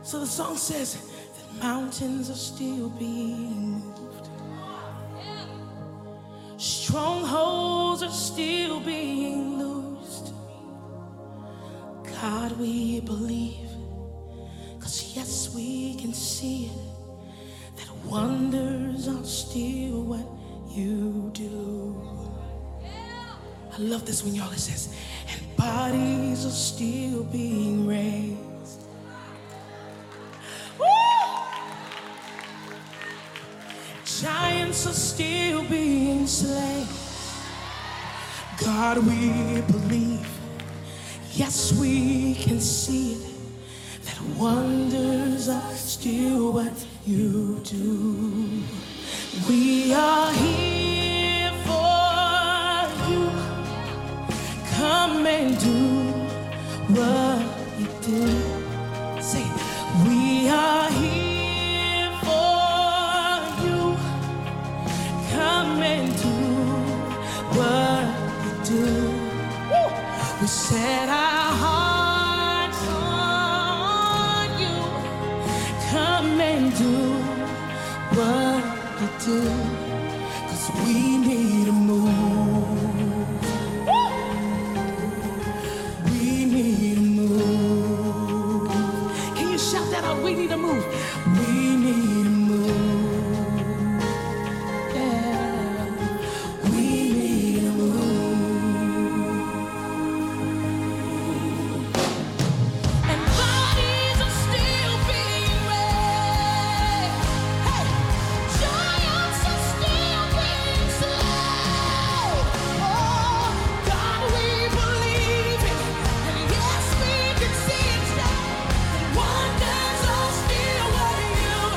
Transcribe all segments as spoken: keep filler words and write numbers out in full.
So the song says that mountains are still being moved. Strongholds are still being loosed. God, we believe, 'cause yes, we can see it, that wonders are still what you do. I love this when y'all, it says, and bodies are still being raised. Woo! Giants are still being slain. God, we believe, yes, we can see it, that wonders are still what you do. We are here for you. Come and do what you do. Say, we are here for you. Come and do what you do. Woo! We set our hearts on you. Come and do what you do, 'cause we need a move. We need a move. Can you shout that out? We need a move. We need a move. Yeah. We need a move. And bodies are still being raised. Hey, giants are still being slain. Oh, God, we believe it. And yes, we can see it. That wonders are still what you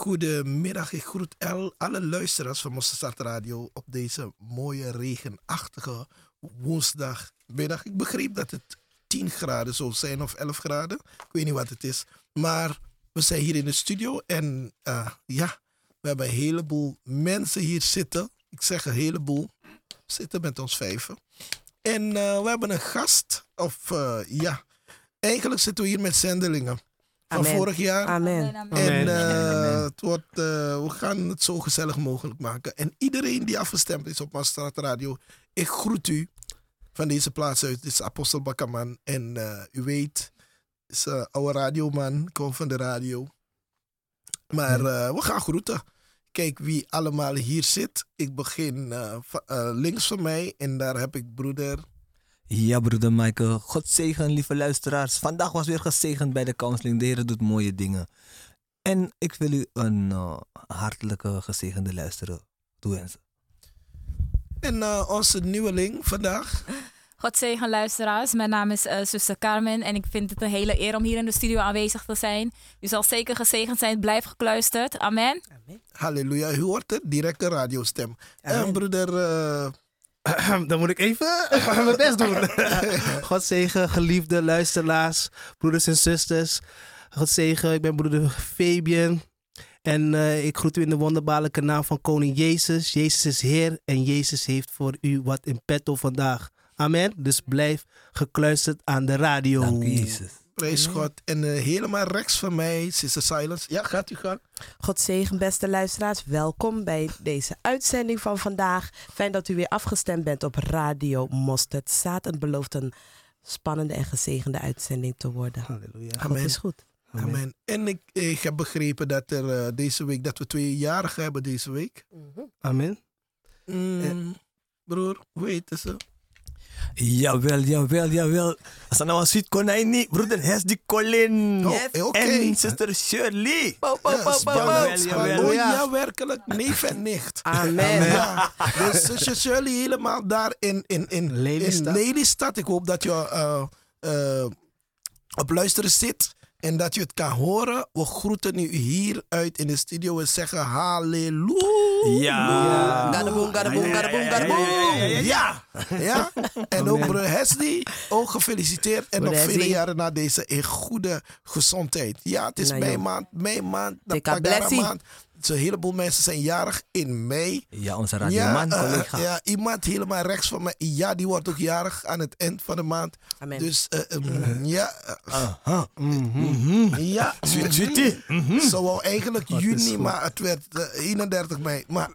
Goedemiddag, ik groet el, alle luisteraars van Mosterdstad Radio op deze mooie regenachtige woensdagmiddag. Ik begreep dat het tien graden zou zijn of elf graden. Ik weet niet wat het is. Maar we zijn hier in de studio en uh, ja, we hebben een heleboel mensen hier zitten. Ik zeg een heleboel. We zitten met ons vijven. En uh, we hebben een gast. Of uh, ja, eigenlijk zitten we hier met zendelingen. Van Amen. vorig jaar. Amen. En uh, het wordt, uh, we gaan het zo gezellig mogelijk maken. En iedereen die afgestemd is op Mosterdstad Radio, ik groet u van deze plaats uit. Dit is Apostel Bakkerman. En uh, u weet, is een uh, oude radioman. Ik kom van de radio. Maar uh, we gaan groeten. Kijk wie allemaal hier zit. Ik begin uh, uh, links van mij en daar heb ik broeder... Ja, broeder Michael. God zegen, lieve luisteraars. Vandaag was weer gezegend bij de counseling. De Heer doet mooie dingen. En ik wil u een uh, hartelijke gezegende luisteren toewensen. En uh, onze nieuweling vandaag. God zegen luisteraars. Mijn naam is uh, zuster Carmen en ik vind het een hele eer om hier in de studio aanwezig te zijn. U zal zeker gezegend zijn. Blijf gekluisterd. Amen. Amen. Halleluja. U hoort het, directe radiostem. En broeder... Uh, Dan moet ik even mijn best doen. God zegen, geliefde luisteraars, broeders en zusters. God zegen, ik ben broeder Fabian. En uh, ik groet u in de wonderbaarlijke naam van Koning Jezus. Jezus is Heer en Jezus heeft voor u wat in petto vandaag. Amen. Dus blijf gekluisterd aan de radio. Dank u, Jezus. Prijs God. En uh, helemaal rechts van mij, Sister Silence. Ja, gaat u gaan. God zegen, beste luisteraars. Welkom bij deze uitzending van vandaag. Fijn dat u weer afgestemd bent op Radio Mosterdstad. Het belooft een spannende en gezegende uitzending te worden. Halleluja. God Amen. is goed. Amen. Amen. En ik, ik heb begrepen dat er uh, deze week, dat we tweejarigen hebben deze week. Amen. Mm, broer, hoe heet ze? Jawel, jawel, jawel. Als nou een ziet konijn niet, broeder Hesdy Colin. Oh, oké. En zuster Shirley. Po, po, po, po, po. Jawel, jawel. Oh ja, werkelijk. Neef en nicht. Amen. Ja. Dus zusje Shirley helemaal daar in, in, in, Lelystad. in Lelystad. Ik hoop dat je uh, uh, op luisteren zit. En dat je het kan horen. We groeten u hier uit in de studio. We zeggen halleluja. Ja. Gadaboom, gadaboom, gadaboom, gadaboom. Ja. Ja. En ook broer Hesdy. Ook gefeliciteerd. En nog Broeder vele Hesdy. jaren na deze in goede gezondheid. Ja, het is Nou, mei joh. maand. Mei maand. De Tika Pagara blessie. maand. Dus een heleboel mensen zijn jarig in mei. Ja, onze Ja, radioman, uh, collega. ja, iemand helemaal rechts van mij. Ja, die wordt ook jarig aan het eind van de maand. Amen. Dus uh, um, ja. Uh, Aha. ja. Sweet, sweetie. Zo wou eigenlijk juni, maar het werd uh, eenendertig mei. Maar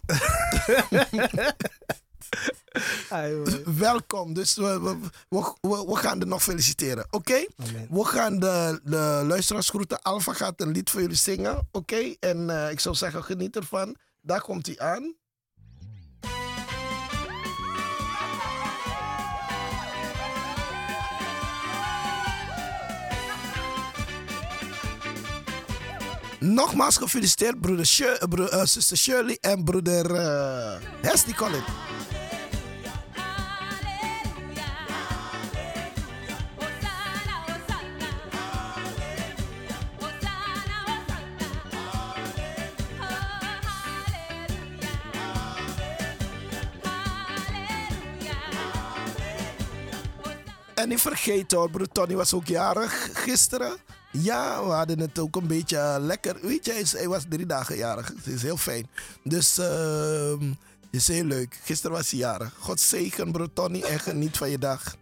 welkom. Dus we, we, we, we, we gaan er nog feliciteren. Oké? Okay? We gaan de, de luisteraars groeten. Alpha gaat een lied voor jullie zingen. Oké? Okay? En uh, ik zou zeggen, geniet ervan. Daar komt hij aan. Nogmaals gefeliciteerd, broeder Shir- bro- uh, zuster Shirley en broeder uh, Hesdy Colin. En niet vergeten hoor, broer Tony was ook jarig gisteren. Ja, we hadden het ook een beetje uh, lekker. Weet je, hij, is, hij was drie dagen jarig. Het is heel fijn. Dus uh, het is heel leuk. Gisteren was hij jarig. God zegen, broer Tony, en geniet van je dag.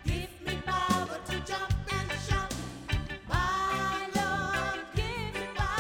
My Lord, give me power.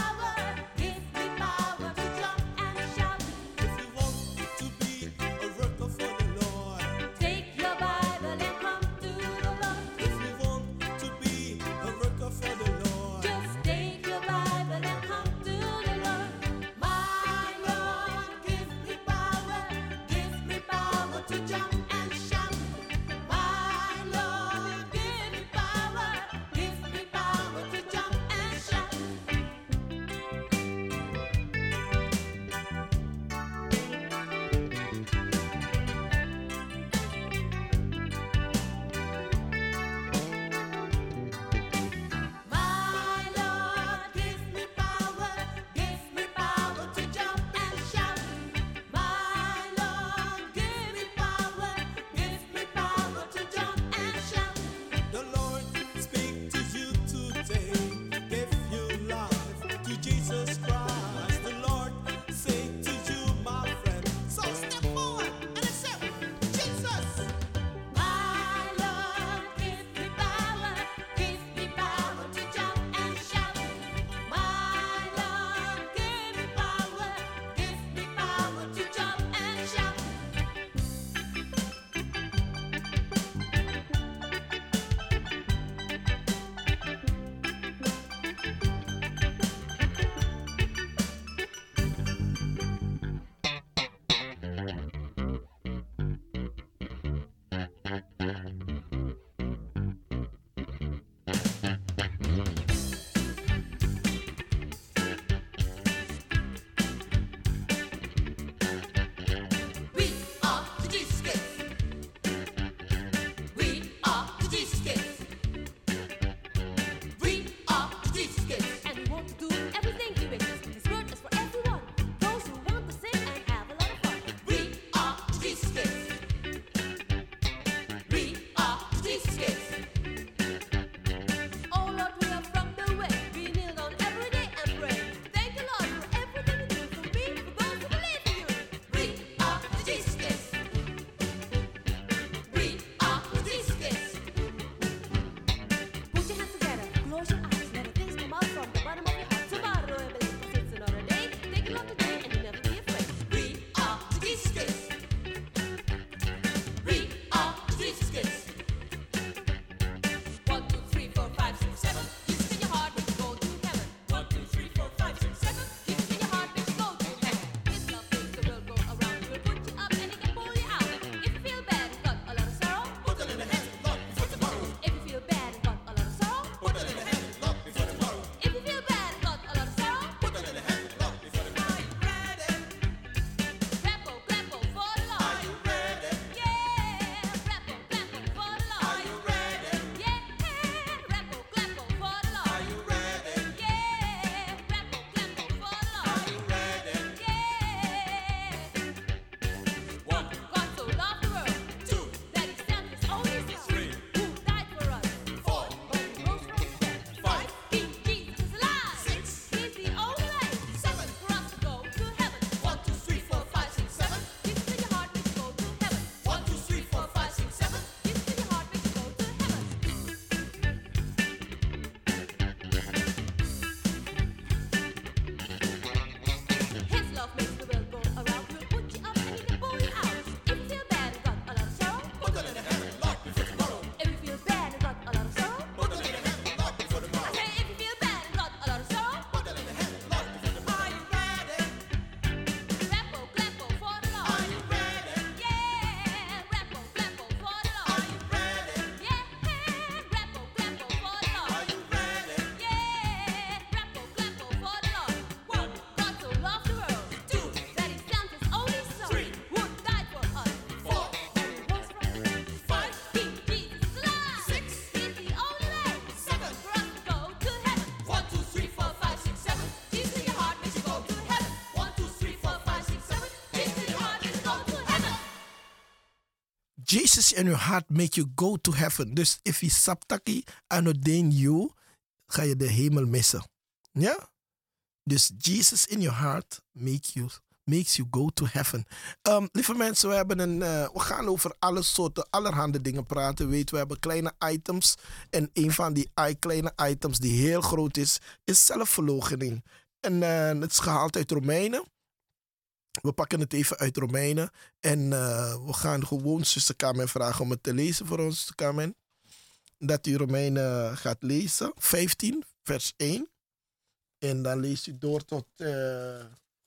Jesus in your heart make you go to heaven. Dus if je saptaki anodein you, ga je de hemel missen. Ja? Dus Jesus in your heart make you, makes you go to heaven. Um, lieve mensen, we, hebben een, uh, we gaan over alle soorten, allerhande dingen praten. Weet, we hebben kleine items. En een van die kleine items die heel groot is, is zelfverloochening. En uh, het is gehaald uit Romeinen. We pakken het even uit Romeinen. En uh, we gaan gewoon zuster Carmen vragen om het te lezen voor ons, zuster Carmen. Dat u Romeinen gaat lezen. vijftien, vers één. En dan leest u door tot... Uh,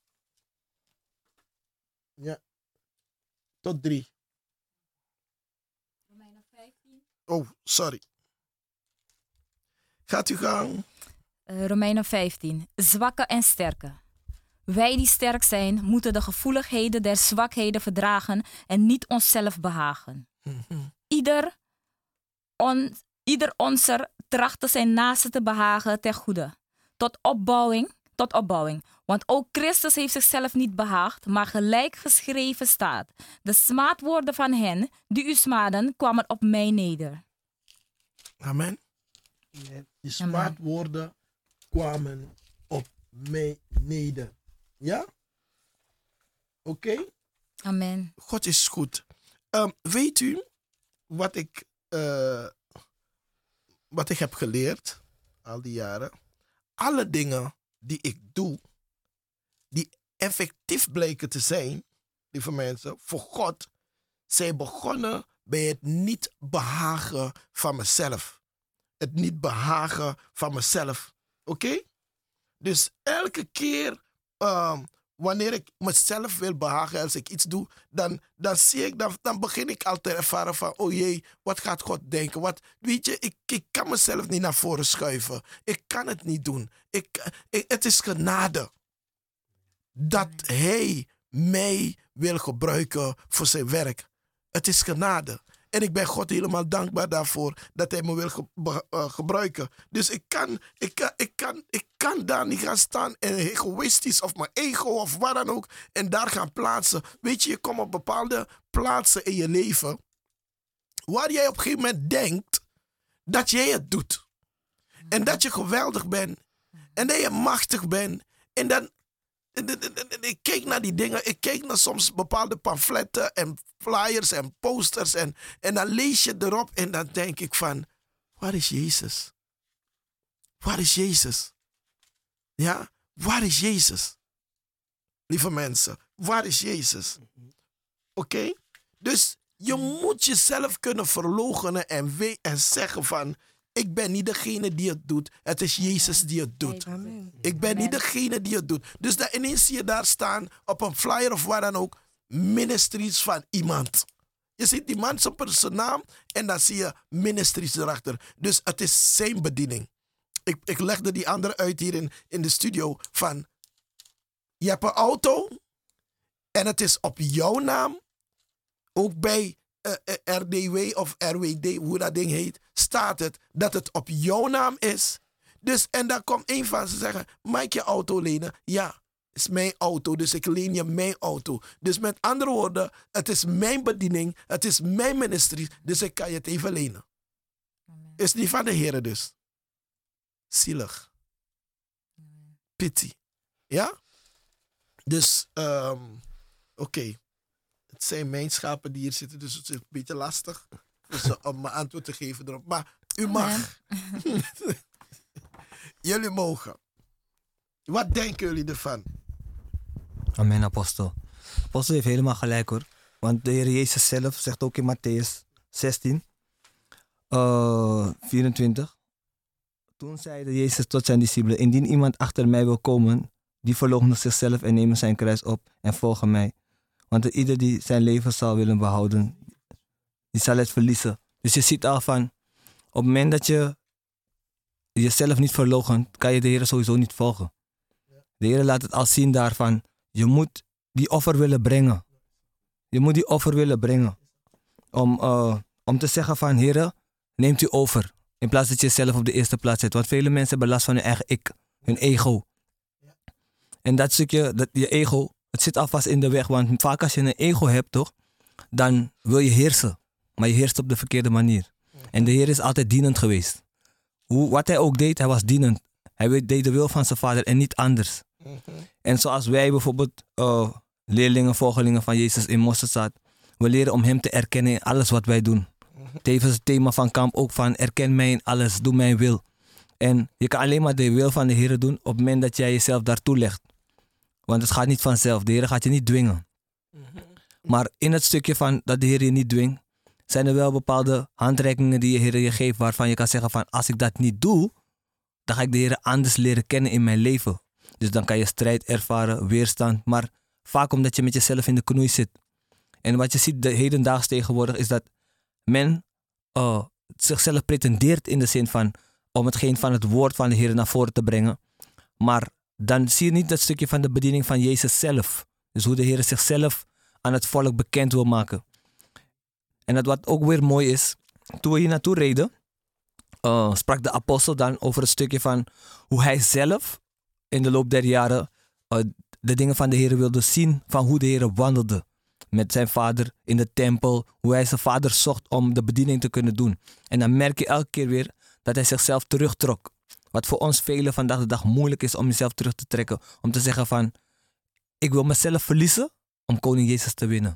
ja. Tot drie. Romeinen vijftien. Oh, sorry. Gaat u gang. Uh, Romeinen vijftien. Zwakke en sterke. Wij die sterk zijn, moeten de gevoeligheden der zwakheden verdragen en niet onszelf behagen. Mm-hmm. Ieder, on, ieder onzer trachtte zijn naaste te behagen ten goede. Tot opbouwing, tot opbouwing. Want ook Christus heeft zichzelf niet behaagd, maar gelijk geschreven staat. De smaadwoorden van hen die u smaden kwamen op mij neder. Amen. Die smaadwoorden kwamen op mij neder. Ja? Oké? Okay? Amen. God is goed. Um, weet u wat ik, uh, wat ik heb geleerd al die jaren? Alle dingen die ik doe, die effectief blijken te zijn, lieve mensen, voor God, zijn begonnen bij het niet behagen van mezelf. Het niet behagen van mezelf. Oké? Okay? Dus elke keer um, wanneer ik mezelf wil behagen, als ik iets doe, dan, dan zie ik, dan, dan begin ik al te ervaren van, oh jee, wat gaat God denken? Wat, weet je, ik, ik kan mezelf niet naar voren schuiven. Ik kan het niet doen. Ik, ik, het is genade dat Hij mij wil gebruiken voor zijn werk. Het is genade. En ik ben God helemaal dankbaar daarvoor dat hij me wil ge- uh, gebruiken. Dus ik kan, ik, kan, ik, kan, ik kan daar niet gaan staan en egoïstisch of mijn ego of wat dan ook en daar gaan plaatsen. Weet je, je komt op bepaalde plaatsen in je leven waar jij op een gegeven moment denkt dat jij het doet. En dat je geweldig bent. En dat je machtig bent. En dan... Ik keek naar die dingen. Ik keek naar soms bepaalde pamfletten en flyers en posters. En, en dan lees je erop en dan denk ik van... Waar is Jezus? Waar is Jezus? Ja? Waar is Jezus? Lieve mensen, waar is Jezus? Oké? Okay? Dus je moet jezelf kunnen verloochenen en, we- en zeggen van... Ik ben niet degene die het doet. Het is Jezus die het doet. Amen. Ik ben niet degene die het doet. Dus dan ineens zie je daar staan op een flyer of waar dan ook. Ministries van iemand. Je ziet die man op zijn naam en dan zie je ministries erachter. Dus het is zijn bediening. Ik, ik legde die andere uit hier in, in de studio van... Je hebt een auto en het is op jouw naam. Ook bij... Uh, uh, R D W of R W D, hoe dat ding heet, staat het dat het op jouw naam is. Dus, en dan komt een van ze zeggen, mag ik je auto lenen? Ja, het is mijn auto, dus ik leen je mijn auto. Dus met andere woorden, het is mijn bediening, het is mijn ministerie, dus ik kan je het even lenen. Amen. Is niet van de Heer dus. Zielig. Amen. Pity. Ja? Dus, um, oké. Okay. Het zijn mijn schapen die hier zitten, dus het is een beetje lastig dus, om mijn antwoord te geven erop. Maar u mag. Jullie mogen. Wat denken jullie ervan? Amen, apostel. Apostel heeft helemaal gelijk hoor. Want de Heer Jezus zelf zegt ook in Matthäus zestien, uh, vierentwintig. Toen zeide Jezus tot zijn discipelen, indien iemand achter mij wil komen, die verloochent zichzelf en neemt zijn kruis op en volgt mij. Want ieder die zijn leven zal willen behouden, die zal het verliezen. Dus je ziet al van, op het moment dat je jezelf niet verloochent, kan je de Heer sowieso niet volgen. De Heer laat het al zien daarvan, je moet die offer willen brengen. Je moet die offer willen brengen. Om, uh, om te zeggen van, Heer, neemt u over. In plaats dat je jezelf op de eerste plaats zet. Want vele mensen hebben last van hun eigen ik, hun ego. En dat stukje, dat, je ego... Het zit alvast in de weg, want vaak als je een ego hebt, toch, dan wil je heersen. maar je heerst op de verkeerde manier. En de Heer is altijd dienend geweest. Hoe, wat hij ook deed, hij was dienend. Hij deed de wil van zijn vader en niet anders. En zoals wij bijvoorbeeld uh, leerlingen, volgelingen van Jezus in Mosterdzaad, we leren om hem te erkennen in alles wat wij doen. Tevens het thema van kamp ook van erken mij in alles, doe mijn wil. En je kan alleen maar de wil van de Heer doen op het moment dat jij jezelf daartoe legt. Want het gaat niet vanzelf, de Heer gaat je niet dwingen. Maar in het stukje van dat de Heer je niet dwingt, zijn er wel bepaalde handreikingen die de Heer je geeft waarvan je kan zeggen van als ik dat niet doe, dan ga ik de Heer anders leren kennen in mijn leven. Dus dan kan je strijd ervaren, weerstand, maar vaak omdat je met jezelf in de knoei zit. En wat je ziet de hedendaags tegenwoordig is dat men uh, zichzelf pretendeert in de zin van om hetgeen van het woord van de Heer naar voren te brengen. Maar dan zie je niet dat stukje van de bediening van Jezus zelf. Dus hoe de Heer zichzelf aan het volk bekend wil maken. En dat wat ook weer mooi is, toen we hier naartoe reden, uh, sprak de apostel dan over het stukje van hoe hij zelf in de loop der jaren uh, de dingen van de Heer wilde zien, van hoe de Heer wandelde met zijn vader in de tempel, hoe hij zijn vader zocht om de bediening te kunnen doen. En dan merk je elke keer weer dat hij zichzelf terugtrok. Wat voor ons velen vandaag de dag moeilijk is om jezelf terug te trekken. Om te zeggen van, ik wil mezelf verliezen om koning Jezus te winnen.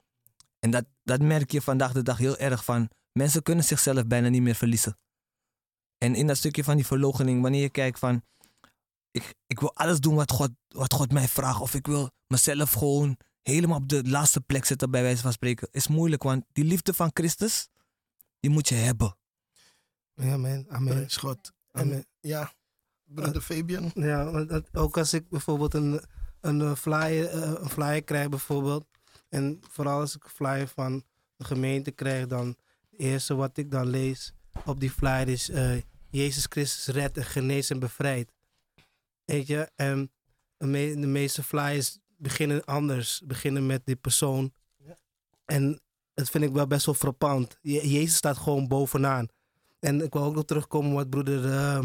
En dat, dat merk je vandaag de dag heel erg van, mensen kunnen zichzelf bijna niet meer verliezen. En in dat stukje van die verloochening, wanneer je kijkt van, ik, ik wil alles doen wat God, wat God mij vraagt. Of ik wil mezelf gewoon helemaal op de laatste plek zetten bij wijze van spreken. Is moeilijk, want die liefde van Christus, die moet je hebben. Ja, man. Amen. Prijs God. Amen. En, ja, broeder Fabian. Ja, want dat- ook als ik bijvoorbeeld een, een, eh, flyer, eh, een flyer krijg bijvoorbeeld. En vooral als ik een flyer van de gemeente krijg, dan het eerste wat ik dan lees op die flyer is eh, Jezus Christus redt en geneest en bevrijdt. Weet je, en de, me- de meeste flyers beginnen anders, beginnen met die persoon. En dat vind ik wel best wel frappant. Je- Jezus staat gewoon bovenaan. En ik wil ook nog terugkomen wat broeder, uh,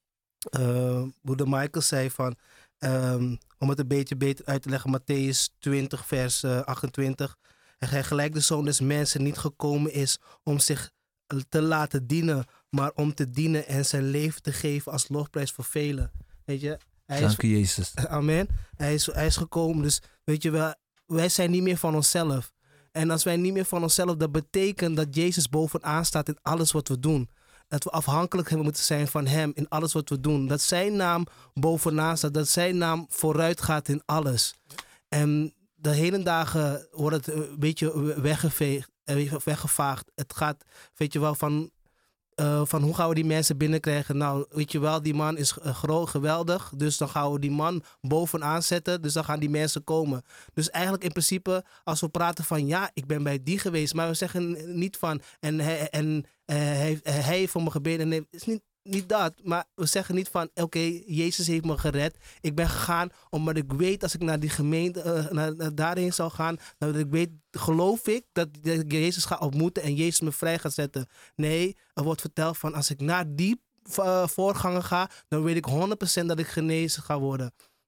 uh, broeder Michael zei van, um, om het een beetje beter uit te leggen, Matthäus twintig vers uh, achtentwintig. En gij gelijk de Zoon des Mensen niet gekomen is om zich te laten dienen, maar om te dienen en zijn leven te geven als lofprijs voor velen. Weet je, hij is, Dank u Jezus. amen. Hij is, hij is gekomen, dus weet je wel, wij zijn niet meer van onszelf. En als wij niet meer van onszelf, dat betekent dat Jezus bovenaan staat in alles wat we doen. Dat we afhankelijk hebben moeten zijn van hem in alles wat we doen. Dat zijn naam bovenaan staat, dat zijn naam vooruit gaat in alles. En de hele dagen wordt het een beetje weggeveegd, eh, weggevaagd. Het gaat, weet je wel, van, uh, van hoe gaan we die mensen binnenkrijgen? Nou, weet je wel, die man is uh, groot, geweldig. Dus dan gaan we die man bovenaan zetten. Dus dan gaan die mensen komen. Dus eigenlijk in principe, als we praten van ja, ik ben bij die geweest. Maar we zeggen niet van en hij, en, uh, hij, hij heeft voor me gebeden. Nee, het is niet, niet dat. Maar we zeggen niet van oké, okay, Jezus heeft me gered. Ik ben gegaan omdat ik weet als ik naar die gemeente, uh, naar, naar daarheen zou gaan. Dat ik weet, geloof ik dat ik Jezus ga ontmoeten en Jezus me vrij gaat zetten. Nee, er wordt verteld van als ik naar die uh, voorganger ga, dan weet ik honderd procent dat ik genezen ga worden.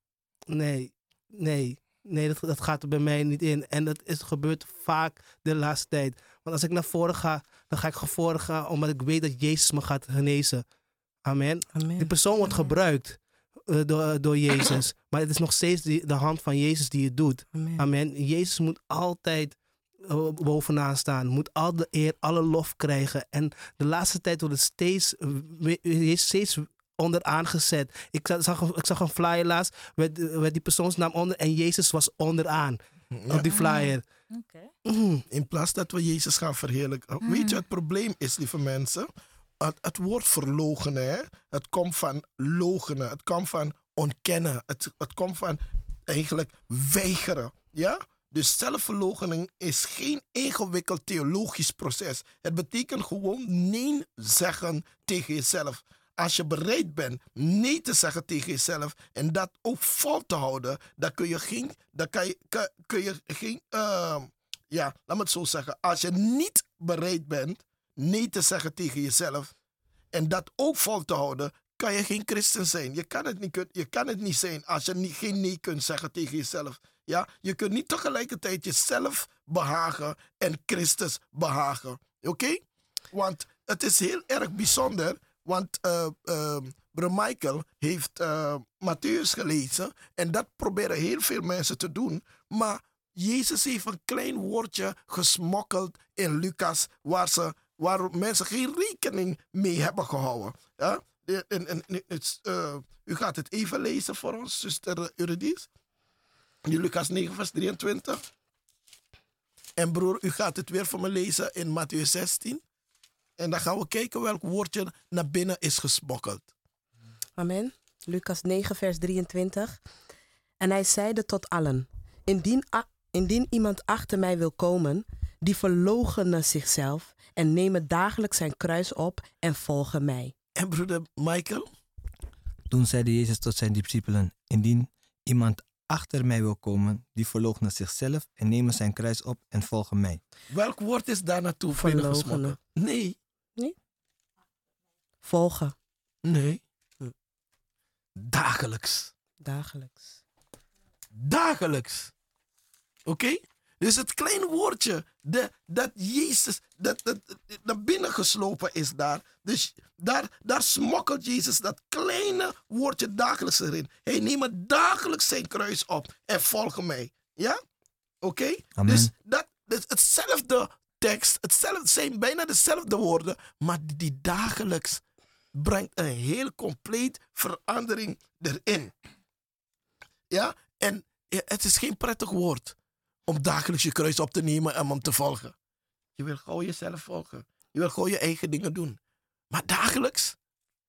Nee, nee. Nee, dat, dat gaat er bij mij niet in. En dat is gebeurd vaak de laatste tijd. Want als ik naar voren ga, dan ga ik naar voren gaan omdat ik weet dat Jezus me gaat genezen. Amen. Amen. Die persoon wordt gebruikt uh, door, door Jezus. Maar het is nog steeds die, de hand van Jezus die het doet. Amen. Amen. Jezus moet altijd uh, bovenaan staan. Moet al de eer, alle lof krijgen. En de laatste tijd wordt het steeds, uh, steeds onderaan gezet. Ik zag, ik zag een flyer laatst, werd, werd die persoonsnaam onder en Jezus was onderaan op die flyer. Okay. Mm. In plaats dat we Jezus gaan verheerlijken. Mm. Weet je, het probleem is, lieve mensen, het, het woord verloochenen, hè? Het komt van loochenen, het komt van ontkennen, het, het komt van eigenlijk weigeren. Ja? Dus zelfverloochening is geen ingewikkeld theologisch proces. Het betekent gewoon nee zeggen tegen jezelf. Als je bereid bent nee te zeggen tegen jezelf en dat ook vol te houden, dan kun je geen, dan kan je, kan, kun je geen, uh, ja, laat me het zo zeggen. Als je niet bereid bent nee te zeggen tegen jezelf en dat ook vol te houden, kan je geen christen zijn. Je kan het niet, je kan het niet zijn als je niet, geen nee kunt zeggen tegen jezelf. Ja? Je kunt niet tegelijkertijd jezelf behagen en Christus behagen. Oké? Okay? Want het is heel erg bijzonder, want uh, uh, Bro Michael heeft uh, Mattheüs gelezen en dat proberen heel veel mensen te doen, maar Jezus heeft een klein woordje gesmokkeld in Lucas waar, ze, waar mensen geen rekening mee hebben gehouden. Ja? En, en, en, het, uh, u gaat het even lezen voor ons, zuster Eurydice. In Lucas negen, vers drieëntwintig. En broer, u gaat het weer voor me lezen in Mattheüs zestien. En dan gaan we kijken welk woordje naar binnen is gesmokkeld. Amen. Lucas negen, vers drieëntwintig. En hij zeide tot allen, indien, indien iemand achter mij wil komen, die verloochene zichzelf en nemen dagelijks zijn kruis op en volgen mij. En broeder Michael? Toen zeide Jezus tot zijn discipelen, indien iemand achter mij wil komen, die verloochene zichzelf en nemen zijn kruis op en volgen mij. Welk woord is daar naartoe gesmokkeld? Nee. Nee? Volgen. Nee. Dagelijks. Dagelijks. Dagelijks. Oké? Okay? Dus het kleine woordje de, dat Jezus dat, dat, dat naar binnen geslopen is daar. Dus daar, daar smokkelt Jezus dat kleine woordje dagelijks erin. Hij neemt dagelijks zijn kruis op en volgt mij. Ja? Oké? Okay? Dus dat, dat hetzelfde tekst, hetzelfde, zijn bijna dezelfde woorden, maar die, die dagelijks brengt een heel compleet verandering erin. Ja? En ja, het is geen prettig woord om dagelijks je kruis op te nemen en om te volgen. Je wil gewoon jezelf volgen. Je wil gewoon je eigen dingen doen. Maar dagelijks,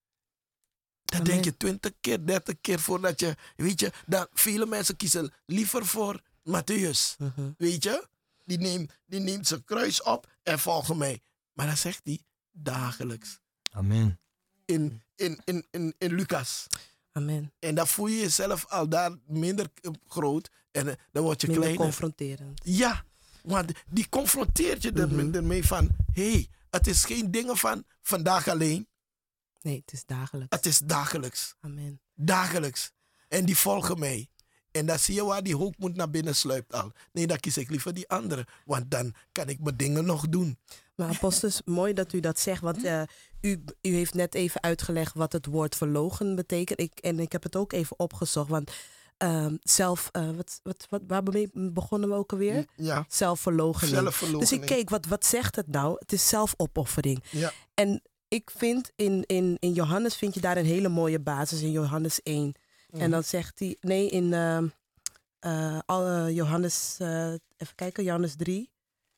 dan denk je twintig keer, dertig keer voordat je, weet je, dat vele mensen kiezen liever voor Mattheüs. Uh-huh. Weet je, die neemt, die neemt zijn kruis op en volgen mij. Maar dan zegt hij dagelijks. Amen. In, in, in, in, in Lucas. Amen. En dan voel je jezelf al daar minder groot en uh, dan word je minder kleiner. Confronterend. Ja, want die confronteert je mm-hmm. ermee van, hé, hey, het is geen dingen van vandaag alleen. Nee, het is dagelijks. Het is dagelijks. Amen. Dagelijks. En die volgen mij. En dan zie je waar die hoogmoed naar binnen sluipt al. Nee, dan kies ik liever die andere. Want dan kan ik mijn dingen nog doen. Maar apostels, mooi dat u dat zegt. Want uh, u, u heeft net even uitgelegd wat het woord verloochen betekent. Ik, en ik heb het ook even opgezocht. Want uh, zelf, uh, wat, wat, wat, waarmee begonnen we ook alweer? Ja. Zelfverloochening. Zelfverloochening. Dus ik keek, wat, wat zegt het nou? Het is zelfopoffering. Ja. En ik vind, in, in, in Johannes vind je daar een hele mooie basis. In Johannes één. Mm. En dan zegt hij, nee, in uh, uh, alle Johannes, uh, even kijken, Johannes drie.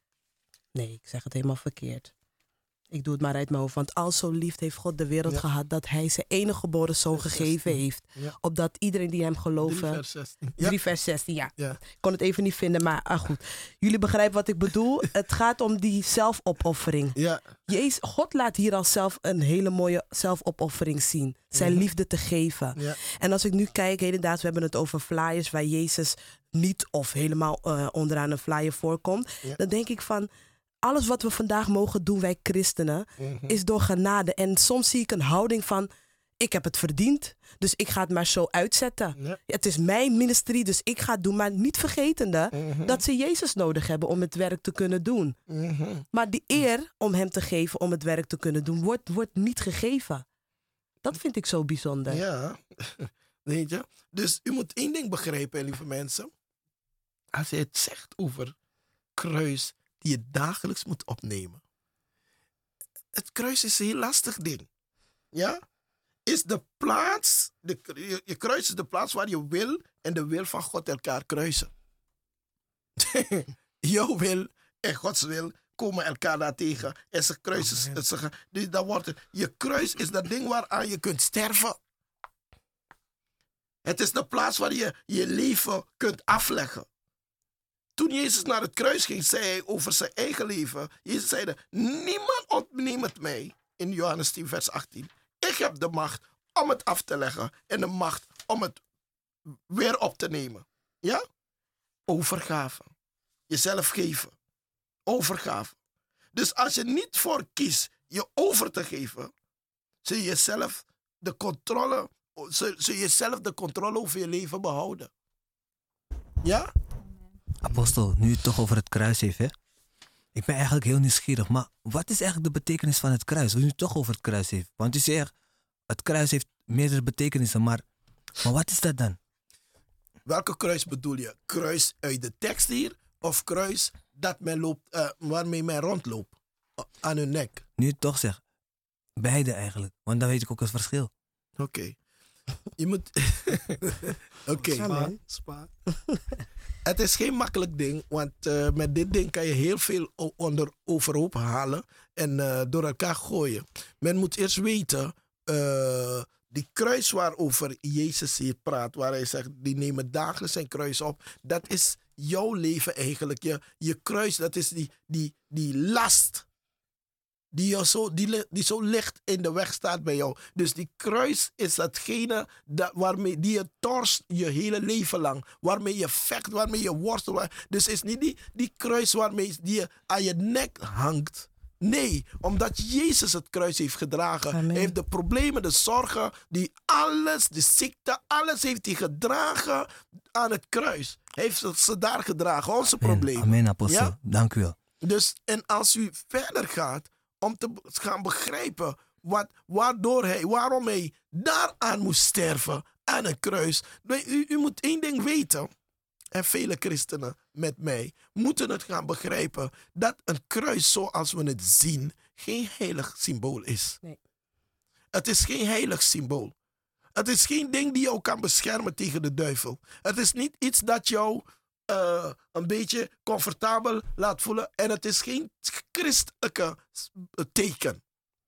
Nee, ik zeg het helemaal verkeerd. Ik doe het maar uit mijn hoofd. Want al zo lief heeft God de wereld ja. gehad dat hij zijn enige geboren zoon gegeven heeft. Ja. Opdat iedereen die hem geloven... drie vers zestien. Ja. drie vers zestien, ja. ja. Ik kon het even niet vinden, maar ah, goed. Jullie begrijpen wat ik bedoel. Het gaat om die zelfopoffering. Ja. Jezus, God laat hier al zelf een hele mooie zelfopoffering zien. Zijn ja. liefde te geven. Ja. En als ik nu kijk, hedendaags, we hebben het over flyers waar Jezus niet of helemaal uh, onderaan een flyer voorkomt. Ja. Dan denk ik van... Alles wat we vandaag mogen doen, wij christenen, mm-hmm. is door genade. En soms zie ik een houding van, ik heb het verdiend, dus ik ga het maar zo uitzetten. Ja. Het is mijn ministerie, dus ik ga het doen. Maar niet vergetende mm-hmm. dat ze Jezus nodig hebben om het werk te kunnen doen. Mm-hmm. Maar die eer om hem te geven om het werk te kunnen doen, wordt, wordt niet gegeven. Dat vind ik zo bijzonder. Ja, weet je. Dus u moet één ding begrijpen, lieve mensen. Als je het zegt over kruis... die je dagelijks moet opnemen. Het kruis is een heel lastig ding. Ja? Is de plaats, de, je, je kruis is de plaats waar je wil en de wil van God elkaar kruisen. Jouw wil en Gods wil komen elkaar daar tegen en ze kruisen. Oh, ze, dus dat wordt, je kruis is dat ding waaraan je kunt sterven. Het is de plaats waar je je leven kunt afleggen. Toen Jezus naar het kruis ging, zei hij over zijn eigen leven. Jezus zei, niemand ontneemt het mij. In Johannes tien, vers achttien. Ik heb de macht om het af te leggen. En de macht om het weer op te nemen. Ja? Overgave. Jezelf geven. Overgave. Dus als je niet voor kiest je over te geven, zul je zelf de controle, zul je zelf de controle over je leven behouden. Ja? Apostel, nu je het toch over het kruis heeft, hè? Ik ben eigenlijk heel nieuwsgierig, maar wat is eigenlijk de betekenis van het kruis? Nu je het toch over het kruis heeft. Want je zegt, het kruis heeft meerdere betekenissen, maar, maar wat is dat dan? Welke kruis bedoel je? Kruis uit de tekst hier? Of kruis dat men loopt, uh, waarmee men rondloopt? Uh, aan hun nek? Nu je het toch zegt, beide eigenlijk. Want dan weet ik ook het verschil. Oké. Okay. Je moet... Oké. Spa, spa. Het is geen makkelijk ding, want uh, met dit ding kan je heel veel onder, overhoop halen en uh, door elkaar gooien. Men moet eerst weten, uh, die kruis waarover Jezus hier praat, waar hij zegt, die nemen dagelijks zijn kruis op, dat is jouw leven eigenlijk. Je, je kruis, dat is die, die, die last die, jou zo, die, die zo licht in de weg staat bij jou. Dus die kruis is datgene dat, waarmee die je torst je hele leven lang. Waarmee je vecht, waarmee je worstelt. Dus het is niet die, die kruis waarmee die je aan je nek hangt. Nee, omdat Jezus het kruis heeft gedragen. Amen. Hij heeft de problemen, de zorgen, die alles, de ziekte, alles heeft hij gedragen aan het kruis. Hij heeft ze daar gedragen, onze Amen. problemen. Amen, apostel. Ja? Dank u wel. Dus, en als u verder gaat om te gaan begrijpen wat, waardoor hij, waarom hij daaraan moest sterven, aan een kruis. U, u moet één ding weten, en vele christenen met mij moeten het gaan begrijpen, dat een kruis zoals we het zien geen heilig symbool is. Nee. Het is geen heilig symbool. Het is geen ding die jou kan beschermen tegen de duivel. Het is niet iets dat jou uh, een beetje comfortabel laat voelen. En het is geen christelijke teken.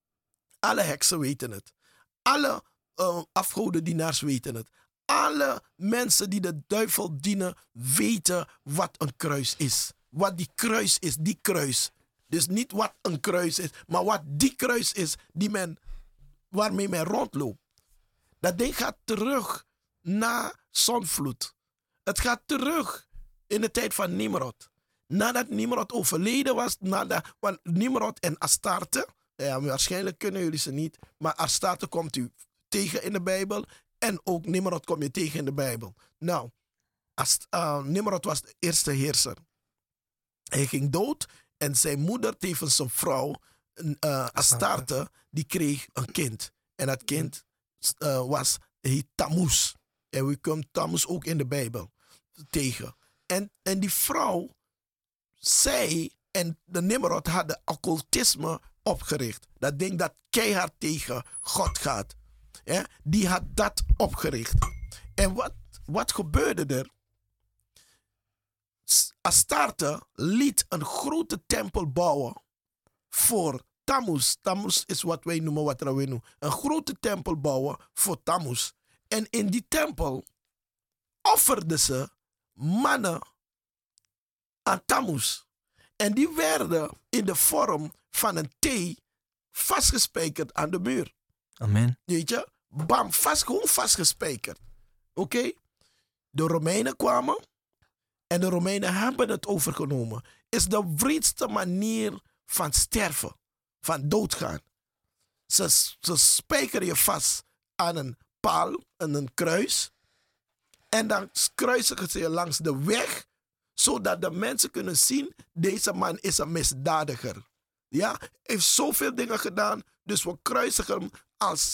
Alle heksen weten het. Alle uh, afgodendienaars weten het. Alle mensen die de duivel dienen weten wat een kruis is. Wat die kruis is, die kruis. Dus niet wat een kruis is, maar wat die kruis is die men, waarmee men rondloopt. Dat ding gaat terug na zonvloed. Het gaat terug in de tijd van Nimrod. Nadat Nimrod overleden was, nadat, want Nimrod en Astarte, ja, waarschijnlijk kunnen jullie ze niet, maar Astarte komt u tegen in de Bijbel en ook Nimrod kom je tegen in de Bijbel. Nou, Ast, uh, Nimrod was de eerste heerser. Hij ging dood en zijn moeder, tevens zijn vrouw, uh, Astarte, die kreeg een kind. En dat kind uh, was heet Tammuz. En we komen Tammuz ook in de Bijbel tegen. En, en die vrouw, zij en de Nimrod hadden occultisme opgericht. Dat ding dat keihard tegen God gaat. Ja, die had dat opgericht. En wat, wat gebeurde er? Astarte liet een grote tempel bouwen voor Tammuz. Tammuz is wat wij noemen, wat wij noemen. Een grote tempel bouwen voor Tammuz. En in die tempel offerden ze mannen aan Tammuz. En die werden in de vorm van een T vastgespijkerd aan de muur. Amen. Weet je? Bam, vast, gewoon vastgespijkerd. Oké? Okay? De Romeinen kwamen en de Romeinen hebben het overgenomen. Is de wreedste manier van sterven, van doodgaan. Ze, ze spijkeren je vast aan een paal, aan een kruis. En dan kruisigen ze je langs de weg, zodat de mensen kunnen zien, deze man is een misdadiger. Ja, hij heeft zoveel dingen gedaan, dus we kruisigen hem als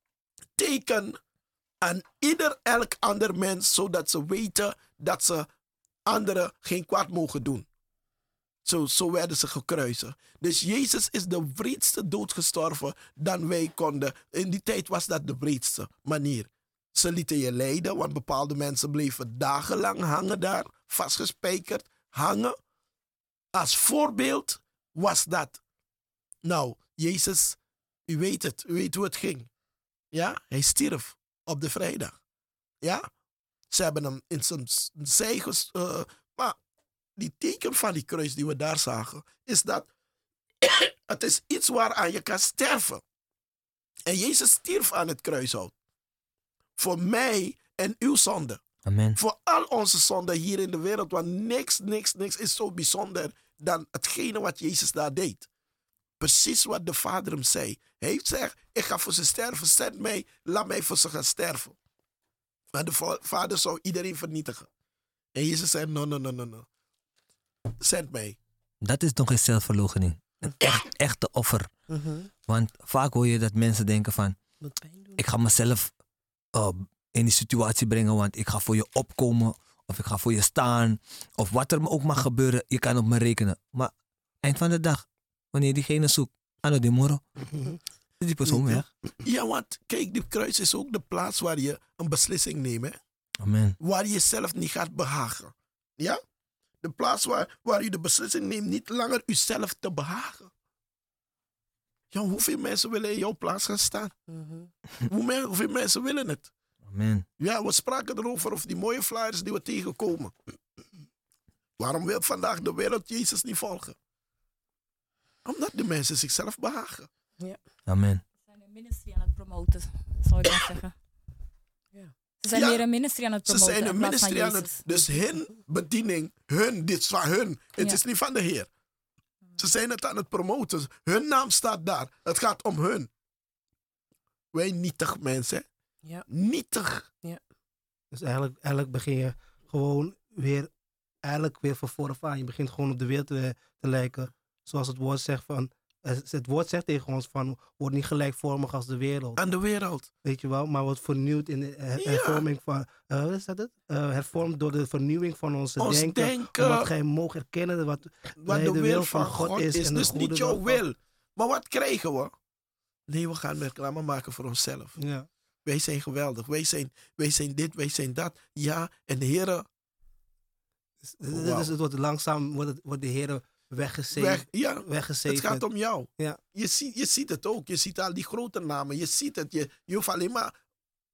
teken aan ieder elk ander mens, zodat ze weten dat ze anderen geen kwaad mogen doen. Zo, zo werden ze gekruisigd. Dus Jezus is de wreedste dood gestorven dan wij konden. In die tijd was dat de wreedste manier. Ze lieten je lijden, want bepaalde mensen bleven dagenlang hangen daar, vastgespijkerd, hangen. Als voorbeeld was dat. Nou, Jezus, u weet het, u weet hoe het ging. Ja, hij stierf op de vrijdag. Ja, ze hebben hem in zijn zij ges, uh, maar die teken van die kruis die we daar zagen, is dat het is iets waaraan je kan sterven. En Jezus stierf aan het kruishout. Voor mij en uw zonde. Amen. Voor al onze zonden hier in de wereld. Want niks, niks, niks is zo bijzonder dan hetgene wat Jezus daar deed. Precies wat de Vader hem zei. Hij heeft gezegd, ik ga voor ze sterven. Zend mij, laat mij voor ze gaan sterven. Maar de Vader zou iedereen vernietigen. En Jezus zei, no, no, no, no, no. Zend mij. Dat is nog geen zelfverloochening. Een echt, echte offer. Mhm. Want vaak hoor je dat mensen denken van... Moet pijn doen. ik ga mezelf uh, in die situatie brengen, want ik ga voor je opkomen. Of ik ga voor je staan. Of wat er ook mag gebeuren, je kan op me rekenen. Maar eind van de dag, wanneer diegene zoekt, ano de moro, is die persoon weg. Ja, want kijk, die kruis is ook de plaats waar je een beslissing neemt. Hè? Amen. Waar je zelf niet gaat behagen. Ja? De plaats waar, waar je de beslissing neemt niet langer jezelf te behagen. Ja, hoeveel mensen willen in jouw plaats gaan staan? Mhm. Hoe me- hoeveel mensen willen het? Amen. Ja, we spraken erover of die mooie flyers die we tegenkomen. Waarom wil vandaag de wereld Jezus niet volgen? Omdat de mensen zichzelf behagen. Amen. Ze zijn een ministerie aan het promoten, zou ik maar zeggen. Ja. Ze zijn Ja, meer een ministerie aan het Ze promoten. zijn een in plaats van ministerie aan Jezus. het... Dus hun bediening, hun, dit is van hun. Het Ja. is niet van de Heer. Ze zijn het aan het promoten. Hun naam staat daar. Het gaat om hun. Wij nietig mensen. Ja. Nietig. Dus eigenlijk, eigenlijk begin je gewoon weer, eigenlijk weer van vooraf aan. Je begint gewoon op de wereld te, te lijken. Zoals het woord zegt van, het het woord zegt tegen ons van, word niet gelijkvormig als de wereld. Aan de wereld. Weet je wel, maar wordt vernieuwd in de her- Ja. hervorming van, uh, wat is dat het? Uh, hervormd door de vernieuwing van onze Ons denken. denken. Omdat gij mogen erkennen wat Wat wij de wil van God is. en de Dus goede niet jouw van- wil. Maar wat krijgen we? Nee, we gaan reclame maken voor onszelf. Ja. Wij zijn geweldig. Wij zijn, wij zijn dit, wij zijn dat. Ja, en de Heer... Dus, dus Wauw. het wordt langzaam, wordt, het, wordt de Heer weggezeven. Weg, ja, weggezeven. het gaat om jou. Ja. Je, ziet, je ziet het ook. Je ziet al die grote namen. Je ziet het. Je, je hoeft alleen maar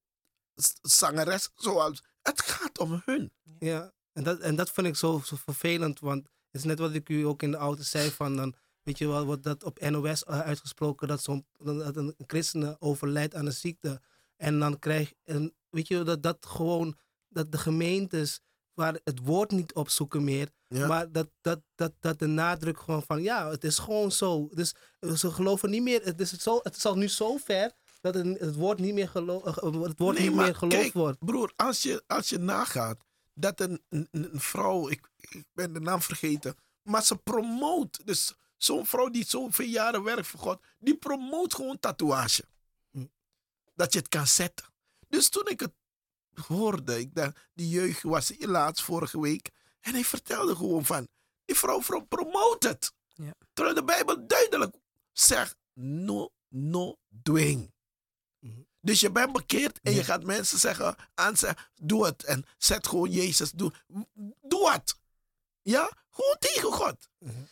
s- zangeres zoals... Het gaat om hun. Ja, en dat, en dat vind ik zo, zo vervelend, want het is net wat ik u ook in de auto zei van, dan, weet je wel, wordt dat op N O S uh, uitgesproken, dat, zo'n, dat een christen overlijdt aan een ziekte. En dan krijg en weet je, dat, dat gewoon, dat de gemeentes waar het woord niet opzoeken meer, Ja. maar dat, dat, dat, dat de nadruk gewoon van, ja, het is gewoon zo. Dus uh, ze geloven niet meer, het is, zo, het is al nu zo ver dat het, het woord niet meer, gelo uh, het woord Nee, niet maar meer geloofd kijk, wordt. broer, als je, als je nagaat dat een, een, een vrouw, ik, ik ben de naam vergeten, maar ze promoot. Dus zo'n vrouw die zoveel jaren werkt voor God, die promoot gewoon tatoeage. Hm. Dat je het kan zetten. Dus toen ik het hoorde, ik dacht, die jeugd was hier laatst vorige week, en hij vertelde gewoon van, die vrouw vrouw promoot het. Ja. Terwijl de Bijbel duidelijk zegt, no, no, dwing. Dus je bent bekeerd en je gaat mensen zeggen, aan zeggen, doe het en zet gewoon Jezus, doe, doe het. Ja, gewoon tegen God.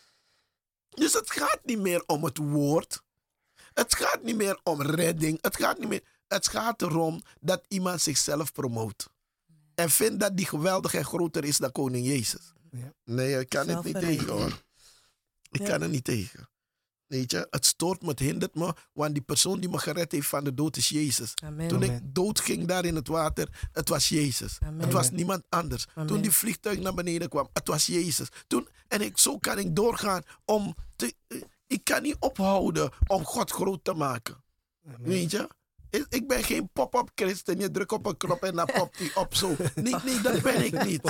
Dus het gaat niet meer om het woord. Het gaat niet meer om redding. Het gaat niet meer, het gaat erom dat iemand zichzelf promoot. En vindt dat die geweldig en groter is dan koning Jezus. Ja. Nee, ik kan het niet Zelfverrijking. tegen hoor. Ik Ja. kan er niet tegen. Weet je, het stoort me, het hindert me, want die persoon die me gered heeft van de dood is Jezus. Amen. Toen Amen. ik dood ging daar in het water, het was Jezus. Amen. Het was Amen. niemand anders. Amen. Toen die vliegtuig naar beneden kwam, het was Jezus. Toen, en ik, zo kan ik doorgaan om te, ik kan niet ophouden om God groot te maken. Weet je? Ik, ik ben geen pop-up christen. Je drukt op een knop en dan popt die op zo. Nee, nee, dat ben ik niet.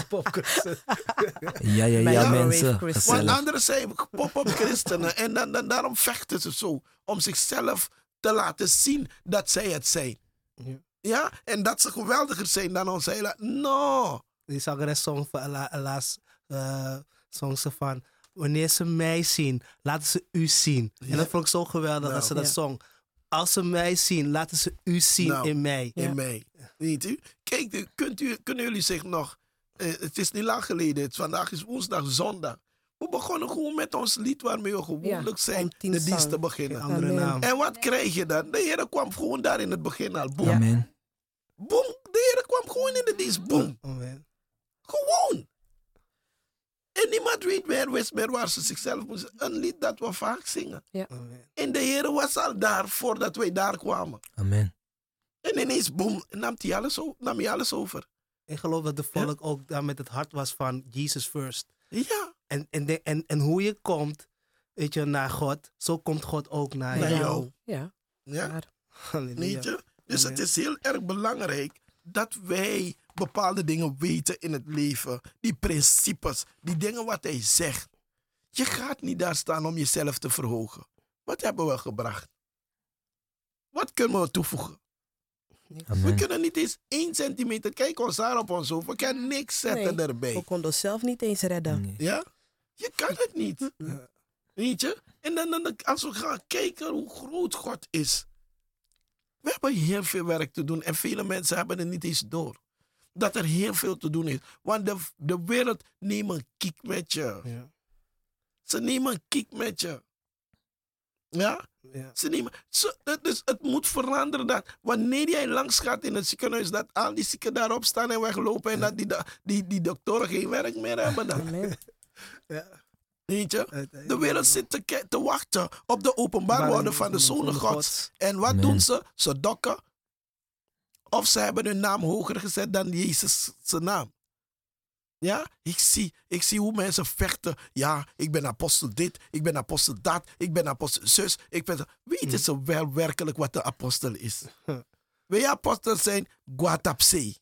Ja, ja, Bij ja, Microwave mensen. Christian. Want Gezellig. anderen zijn pop-up christenen. En dan, dan, daarom vechten ze zo. Om zichzelf te laten zien dat zij het zijn. Ja. Ja? En dat ze geweldiger zijn dan ons hele... No. Die zangeres zong van, la- laatst uh, zong ze van, wanneer ze mij zien, laten ze u zien. Ja. En dat vond ik zo geweldig Nou, dat ze dat ja. zong. Als ze mij zien, laten ze u zien Nou. in mij. In Ja. mij. Weet u? Kijk, u- kunt u, kunnen jullie zich nog... eh, het is niet lang geleden. Het, vandaag is woensdag, zondag. We begonnen gewoon met ons lied waarmee we gewoonlijk Ja, zijn om tien de dienst zang. te beginnen. Een andere Amen. naam. En wat krijg je dan? De Heer kwam gewoon daar in het begin al. Boom. Ja. Amen. Boom. De Heer kwam gewoon in de dienst. Boom. Amen. Gewoon. En niemand weet meer, wist meer waar ze zichzelf moesten. Een lied dat we vaak zingen. Amen. En de Heer was al daar voordat wij daar kwamen. Amen. En ineens, boom, nam hij alles, o- nam hij alles over. Ik geloof dat de volk ook daar met het hart was van Jesus first. Ja. En, en, de- en, en hoe je komt, weet je, naar God, zo komt God ook naar Naar jou. jou. Ja, Ja. maar Halleluja. Weet je? Dus Amen. het is heel erg belangrijk dat wij bepaalde dingen weten in het leven. Die principes, die dingen wat hij zegt. Je gaat niet daar staan om jezelf te verhogen. Wat hebben we gebracht? Wat kunnen we toevoegen? Amen. We kunnen niet eens één centimeter, kijk ons daar op ons hoofd. We kunnen niks zetten Nee, erbij. we konden onszelf niet eens redden. Nee. Ja? Je kan het niet. Weet je? En dan, dan als we gaan kijken hoe groot God is. We hebben heel veel werk te doen en vele mensen hebben het niet eens door. Dat er heel veel te doen is. Want de, de wereld neemt een kiek met je. Ja. Ze nemen een kiek met je. Ja? Ja. Ze nemen, ze, het, dus het moet veranderen dat wanneer jij langs gaat in het ziekenhuis, dat al die zieken daarop staan en weglopen en dat die, die, die doktoren geen werk meer hebben dan. Amen. Ja. Weet je? Uiteindelijk. De wereld zit te, ke- te wachten op de openbaarwording van de Zoon Gods. En wat Amen. doen ze? Ze dokken. Of ze hebben hun naam hoger gezet dan Jezus zijn naam. Ja, ik zie, ik zie hoe mensen vechten. Ja, ik ben apostel dit, ik ben apostel dat, ik ben apostel zus. Ik ben... Weten ze wel werkelijk wat de apostel is? Wil je apostel zijn? Guatapse.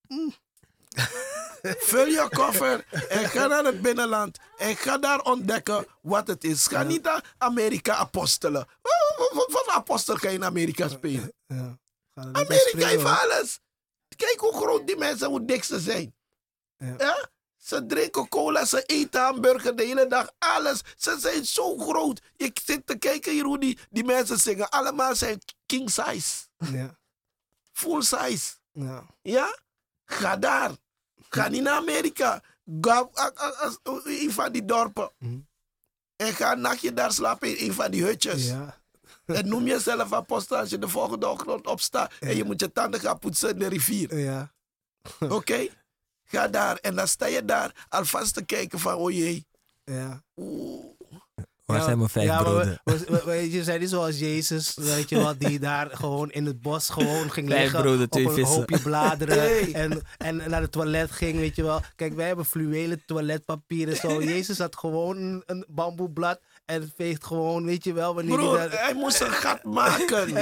Vul je koffer en ga naar het binnenland en ga daar ontdekken wat het is. Ga niet naar Amerika apostelen. Wat, wat, wat apostel kan je in Amerika spelen? Ja. Ga er niet bij Amerika springen, heeft hoor. alles. Kijk hoe groot die mensen, hoe dik ze zijn. Ja. Ja? Ze drinken cola, ze eten hamburger de hele dag, alles. Ze zijn zo groot. Je zit te kijken hier hoe die, die mensen zingen. Allemaal zijn king size, Ja. full size. Ja. Ja? Ga daar. Ga niet naar Amerika. Ga a- a- a- een van die dorpen. Mhm. En ga een nachtje daar slapen in een van die hutjes. Ja. En noem jezelf apostel als je de volgende ochtend opstaat. En je moet je tanden gaan poetsen in de rivier. Ja. Oké? Ga daar. En dan sta je daar alvast te kijken van, oh jee. Ja. Oeh. Waar Ja, zijn mijn vijf ja, maar broden? we- we- we- weet je, zijn niet zoals Jezus, weet je wel, die daar gewoon in het bos gewoon ging Vijf liggen broden, op twee een vissen. hoopje bladeren Hey. en, en naar het toilet ging, weet je wel. Kijk, wij hebben fluwelen toiletpapier en zo. Jezus had gewoon een, een bamboeblad en veegt gewoon, weet je wel, wanneer Broer, hij daar... hij moest een gat maken.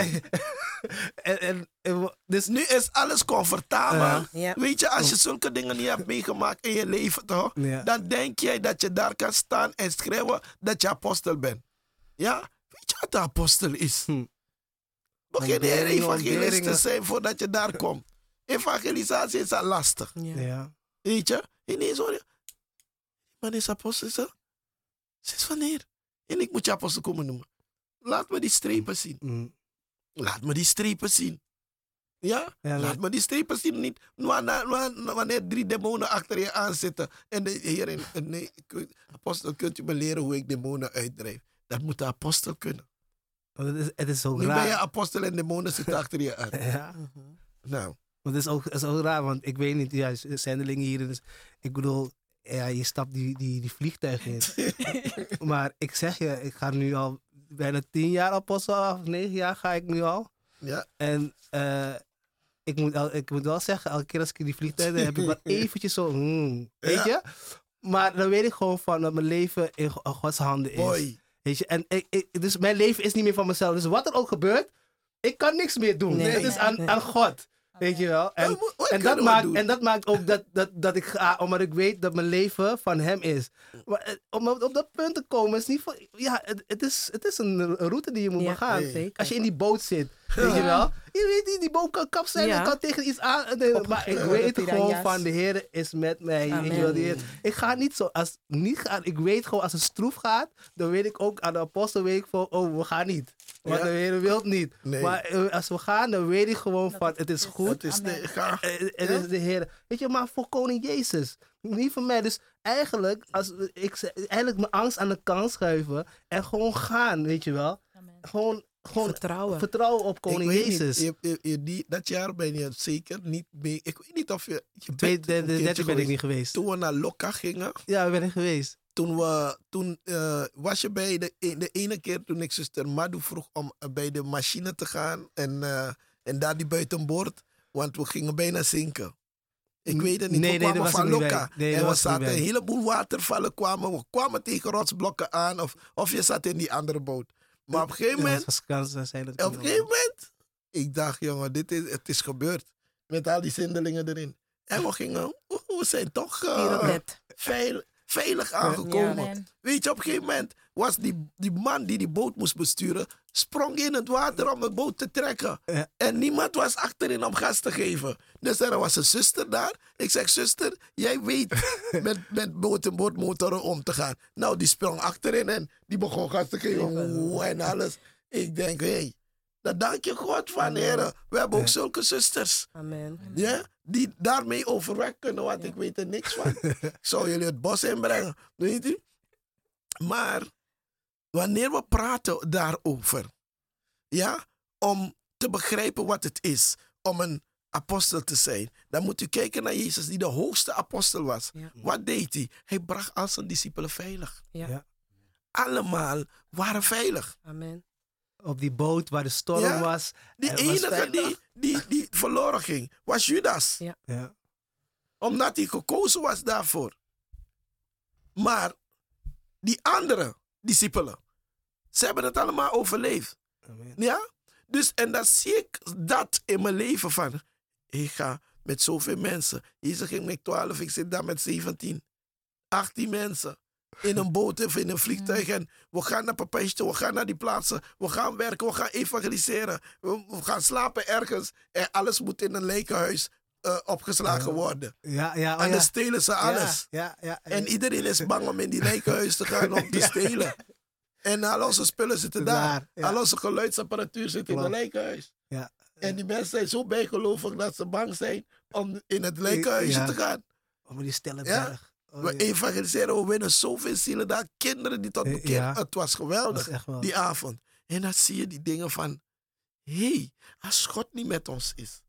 En, en, en- dus Nu is alles comfortabel. Ja. Ja. Weet je, als je zulke dingen niet hebt meegemaakt in je leven, toch? Ja. Dan denk jij dat je daar kan staan en schreeuwen dat je apostel bent. Ja? Weet je wat de apostel is? Hm. Begin eerst Ontberingen, evangelist te ontberingen. zijn voordat je daar komt. Evangelisatie is al lastig. Ja. Ja. Weet je? Ineens hoor je. Man is apostel, zo. Sinds wanneer? En ik moet je apostel komen noemen. Laat me die strepen zien. Mm. Laat me die strepen zien. Ja? Ja, Laat la- me die strepen zien. Niet wanneer, wanneer, wanneer drie demonen achter je aan zitten. En de Heer, in- nee, ik- apostel, kunt u me leren hoe ik demonen uitdrijf? Dat moet de apostel kunnen. Want het is, het is zo Nu ben je raar. apostel en demonen zitten achter je aan. Ja. Nou, Want het is ook, het is ook raar, want ik weet niet, ja, zendelingen hier, dus ik bedoel, ja, je stapt die, die, die vliegtuig in. Maar ik zeg je, ik ga nu al bijna tien jaar apostel af, of negen jaar ga ik nu al. ja. En eh, ik, moet al, ik moet wel zeggen, elke keer als ik in die vliegtuig ben, heb ik wel eventjes zo, hmm, weet Ja. je? Maar dan weet ik gewoon van dat mijn leven in Go- Gods handen is. Mooi. Weet je? En ik, ik, dus mijn leven is niet meer van mezelf. Dus wat er ook gebeurt, ik kan niks meer doen. Nee, het is nee, aan, nee. aan God. Weet je wel? En, Wat- wat en, kunnen dat we maakt, doen? en dat maakt ook dat, dat, dat ik ga, omdat ik weet dat mijn leven van hem is. Maar eh, om op, op dat punt te komen is niet voor. Ja, het, het, is, het is een, een route die je moet Ja, begaan. zeker. Als je in die boot zit, weet je wel? Je weet niet, die boot kan kap zijn, Ja. en kan tegen iets aan. nee, maar ik Opgegeten weet gewoon piranha's. van de Heer is met mij. Weet je Amen. wel, de Heer- ik ga niet zo, als niet gaan, ik weet gewoon als het stroef gaat, dan weet ik ook aan de apostel weet ik van, oh, we gaan niet. Want Ja. de Heer wil niet. Nee. Maar eh, als we gaan, dan weet ik gewoon van, het is goed. Het is de, ga. Eh, Het is de Heer. Weet je, maar voor koning Jezus. Niet voor mij. Dus eigenlijk, als ik ze- eigenlijk mijn angst aan de kant schuiven en gewoon gaan, weet je wel. Gewoon, gewoon Vertrouwen. vertrouwen op koning Ik weet Jezus. Niet, je, je, je- die, dat jaar ben je zeker niet mee. Ik weet niet of je. je Twee, bent de, een de, keertje dertig ben ik geweest. niet geweest. Toen we naar Lokka gingen. Ja, ik ben er geweest. Toen, we, toen eh, was je bij de, de ene keer toen ik zuster Madu vroeg om eh, bij de machine te gaan. En, eh, en daar die buitenboord. Want we gingen bijna zinken. Ik weet het niet. Nee, we nee, kwamen daar was van ik niet bij. Lokka. Nee, daar en we was ik niet zaten bij. een heleboel watervallen. Kwamen, we kwamen tegen rotsblokken aan. Of, of je zat in die andere boot. Maar op een gegeven Ja, moment. dat was kans zijn dat ik Op een niet gegeven moment, ik dacht, jongen, dit is, het is gebeurd. Met al die zendelingen erin. En we gingen, we zijn toch uh, Pirouette. veil, veilig aangekomen. Ja. Weet je, op een gegeven moment was die, die man die die boot moest besturen, sprong in het water om de boot te trekken. Ja. En niemand was achterin om gas te geven. Dus er was een zuster daar. Ik zeg, zuster, jij weet met, met boot en bootmotoren om te gaan. Nou, die sprong achterin en die begon gas te geven. Oeh, en alles. Ik denk, hé, hey, daar dank je God van, heren. We hebben ook zulke zusters. Amen. Ja, die daarmee overweg kunnen, want ik weet er niks van. Ik zou jullie het bos inbrengen, weet u? Maar wanneer we praten daarover, ja, om te begrijpen wat het is om een apostel te zijn, dan moet u kijken naar Jezus die de hoogste apostel was. Ja. Wat deed hij? Hij bracht al zijn discipelen veilig. Ja. Ja. Allemaal waren veilig. Amen. Op die boot waar de storm Ja. was. Die er was enige veilig. die, die, die verloren ging, was Judas. Ja. Ja. Omdat hij gekozen was daarvoor. Maar die andere discipelen, ze hebben het allemaal overleefd. Amen. Ja? Dus, en dan zie ik dat in mijn leven van, ik ga met zoveel mensen. Jezus ging met twaalf, ik zit daar met zeventien, achttien mensen. In een boot of in een vliegtuig. En we gaan naar Papeiste, we gaan naar die plaatsen. We gaan werken, we gaan evangeliseren. We, we gaan slapen ergens. En alles moet in een lekenhuis uh, opgeslagen worden. Ja, ja, oh En ja. dan stelen ze alles. Ja, ja, ja. En iedereen is bang om in die lekenhuis te gaan om te Ja. stelen. En al onze spullen zitten daar. Daar, ja. Al onze geluidsapparatuur zit in Klopt. het lekenhuis. Ja. En die mensen zijn zo bijgelovig dat ze bang zijn om in het lekenhuis Ja. te gaan. Oh, maar die stille Ja. berg. Oh, We ja. evangeliseren, we winnen zoveel zielen daar. Kinderen die tot Eh, bekeren. ja. Het was geweldig, Dat is echt wel. die avond. En dan zie je die dingen van... Hé, hey, als God niet met ons is.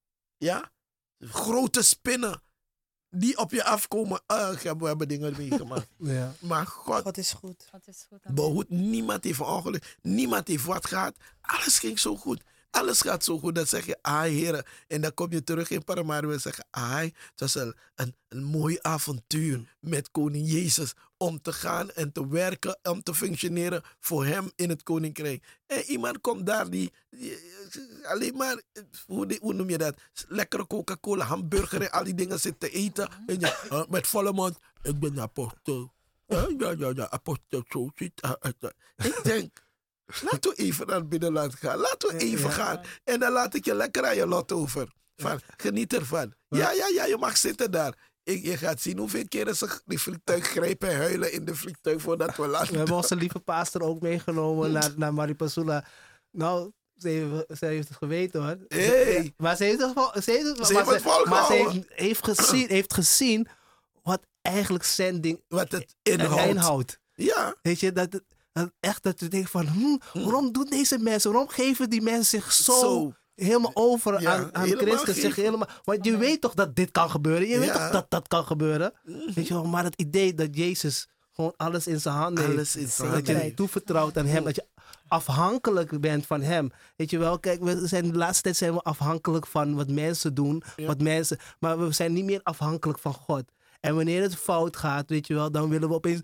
Ja? Grote spinnen die op je afkomen. Uh, we hebben dingen meegemaakt. Ja. Maar God God is goed. Dat is goed. amen. behoedt. Niemand heeft een ongeluk. Niemand heeft wat gehad. Alles ging zo goed. Alles gaat zo goed. Dan zeg je, ah heren. En dan kom je terug in Paramaribo en zeg je, ah, het was een, een, een mooi avontuur met koning Jezus. Om te gaan en te werken, om te functioneren voor hem in het koninkrijk. En iemand komt daar die, die alleen maar, hoe, hoe noem je dat? Lekkere Coca-Cola, hamburger en al die dingen zit te eten. En ja, uh, met volle mond, ik ben apostel. Ja, ja, ja, ja, apostel, zo zit. Uh, uh, uh. Ik denk, laten we even naar het binnenland gaan. Laten we even Ja. gaan. En dan laat ik je lekker aan je lot over. Van, geniet ervan. Ja, ja, ja, je mag zitten daar. Ik, je gaat zien hoeveel keren ze die vliegtuig grijpen en huilen in de vliegtuig voordat we landen. We hebben onze lieve pastor ook meegenomen naar, naar Maripasula. Nou, ze heeft, ze heeft het geweten hoor. Hey. Maar ze heeft het, vol- ze heeft het, Ze maar heeft het maar ze volgehouden. heeft, heeft, gezien, heeft gezien wat eigenlijk zending Wat het inhoudt. inhoudt. Ja, Weet je, dat, dat echt dat je denkt van, hm, waarom doen deze mensen, waarom geven die mensen zich zo, Zo. helemaal over Ja, aan, aan helemaal Christus? Zich geven. helemaal, want je weet toch dat dit kan gebeuren, je weet Ja. toch dat dat kan gebeuren. Weet je wel, maar het idee dat Jezus gewoon alles in zijn handen heeft. alles in zijn Dat je handen. het toevertrouwt aan hem. Dat je afhankelijk bent van hem. Weet je wel, kijk, we zijn, de laatste tijd zijn we afhankelijk van wat mensen doen. Ja. Wat mensen, maar we zijn niet meer afhankelijk van God. En wanneer het fout gaat, weet je wel, dan willen we opeens...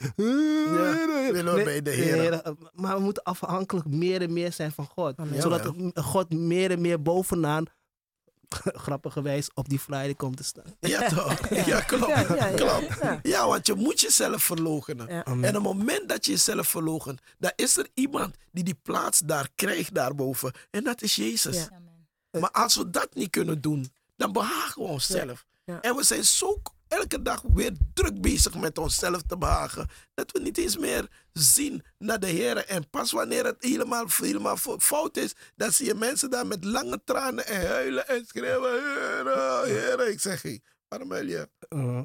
willen we bij de Heer. Maar we moeten afhankelijk meer en meer zijn van God. Amen. Zodat Jawel. God meer en meer bovenaan, grappigerwijs, op die flyer komt te staan. Ja, toch? Ja, klopt. Ja, ja, ja. klopt. Ja. Ja, want je moet jezelf verloochenen. Ja. Amen. En op het moment dat je jezelf verloochent, dan is er iemand die die plaats daar krijgt daarboven. En dat is Jezus. Ja. Amen. Maar als we dat niet kunnen doen, dan behagen we onszelf. Ja. En we zijn zo elke dag weer druk bezig met onszelf te behagen, dat we niet eens meer zien naar de Heer. En pas wanneer het helemaal, helemaal fout is, dan zie je mensen daar met lange tranen en huilen en schreeuwen, Heer, Heer. Ik zeg, hé, waarom huil je? Uh,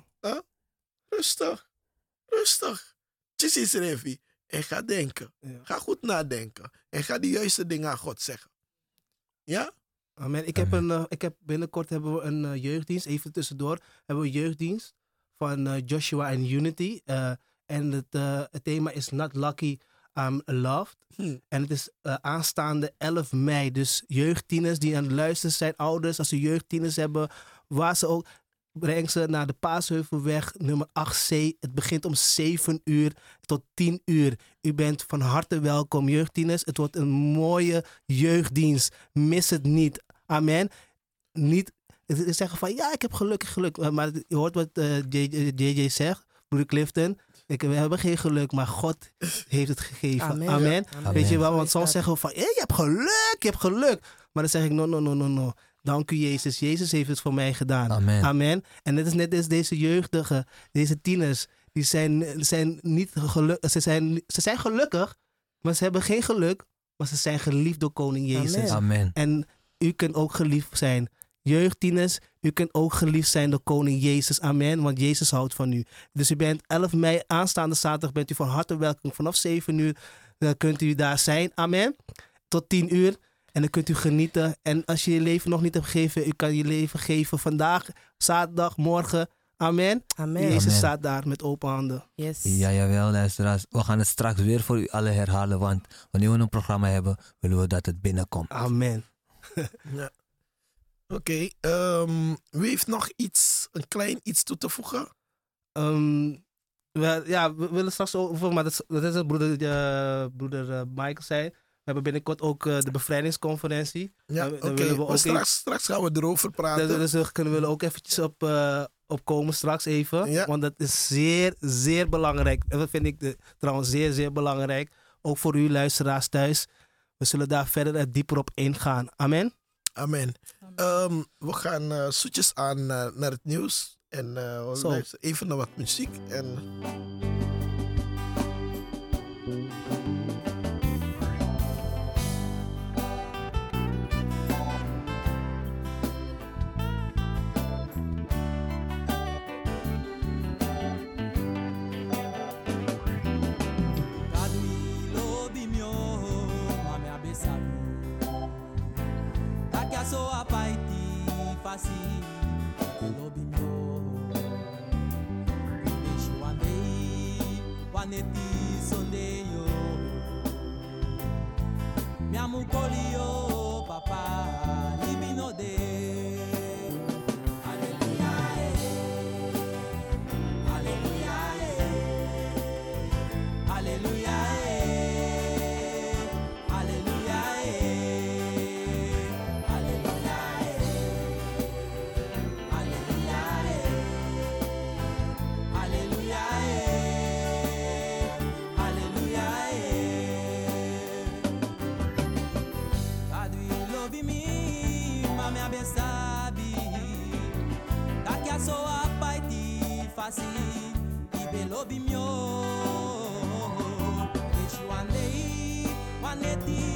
Rustig, rustig. Tjus Revi. En ga denken. Ja. Ga goed nadenken. En ga de juiste dingen aan God zeggen. Ja? Amen. Ik heb een, uh, ik heb binnenkort hebben we een uh, jeugddienst, even tussendoor, hebben we een jeugddienst van uh, Joshua en Unity. Uh, en het, uh, het thema is Not Lucky, I'm Loved. Hm. En het is uh, aanstaande elf mei. Dus jeugdtieners die aan het luisteren zijn, ouders, als ze jeugdtieners hebben, waar ze ook, breng ze naar de Paasheuvelweg nummer acht C. Het begint om zeven uur tot tien uur. U bent van harte welkom, jeugddieners. Het wordt een mooie jeugddienst. Mis het niet. Amen. Niet, Ze zeggen van, ja, ik heb geluk, geluk. Maar je hoort wat uh, J J zegt, broeder Clifton. Ik, we hebben geen geluk, maar God heeft het gegeven. Amen. Amen. Amen. Weet je wel, want Zo is soms dat. zeggen we van, hey, je hebt geluk, je hebt geluk. Maar dan zeg ik, no, no, no, no, no. Dank u Jezus. Jezus heeft het voor mij gedaan. Amen. Amen. En net is net als deze jeugdigen, deze tieners, die zijn, zijn niet gelukkig. Ze zijn, ze zijn gelukkig, maar ze hebben geen geluk. Maar ze zijn geliefd door koning Jezus. Amen. Amen. En u kunt ook geliefd zijn. Jeugdtieners, u kunt ook geliefd zijn door koning Jezus. Amen. Want Jezus houdt van u. Dus u bent elf mei, aanstaande zaterdag, bent u van harte welkom. Vanaf zeven uur uh, kunt u daar zijn. Amen. Tot tien uur. En dan kunt u genieten. En als je je leven nog niet hebt gegeven, u kan je leven geven vandaag, zaterdag, morgen. Amen. Amen. Jezus Amen. staat daar met open handen. Yes. Ja, jawel, luisteraars. We gaan het straks weer voor u alle herhalen, want wanneer we een programma hebben, willen we dat het binnenkomt. Amen. Ja. Oké, okay, um, wie heeft nog iets, een klein iets toe te voegen? Um, we, ja, we willen straks over, maar dat is, dat is wat broeder, uh, broeder uh, Michael zei. We hebben binnenkort ook uh, de bevrijdingsconferentie. Ja, Dan- oké. dan willen we Maar ook Straks, straks gaan we erover praten. Dus, dus we kunnen we er ook eventjes op, uh, op komen straks even. Ja. Want dat is zeer, zeer belangrijk. En dat vind ik de, trouwens zeer, zeer belangrijk. Ook voor u luisteraars thuis. We zullen daar verder en dieper op ingaan. Amen. Amen. Um, we gaan uh, zoetjes aan uh, naar het nieuws. En uh, we Zo. luisteren even naar wat muziek. En... Kadwi bimyo mame abesabu Takia so apaiti fasi lo bimyo Bishi wandei waneti sondeyo Miamu kolio papa libino de Hallelujah eh. Hallelujah eh. Hallelujah, eh. Hallelujah, eh. Hallelujah, eh. Hallelujah, eh. Hallelujah, eh. Hallelujah, eh. God will love me, mame abençabe. Daqui a só a pai te faci, ibe love me. Waneti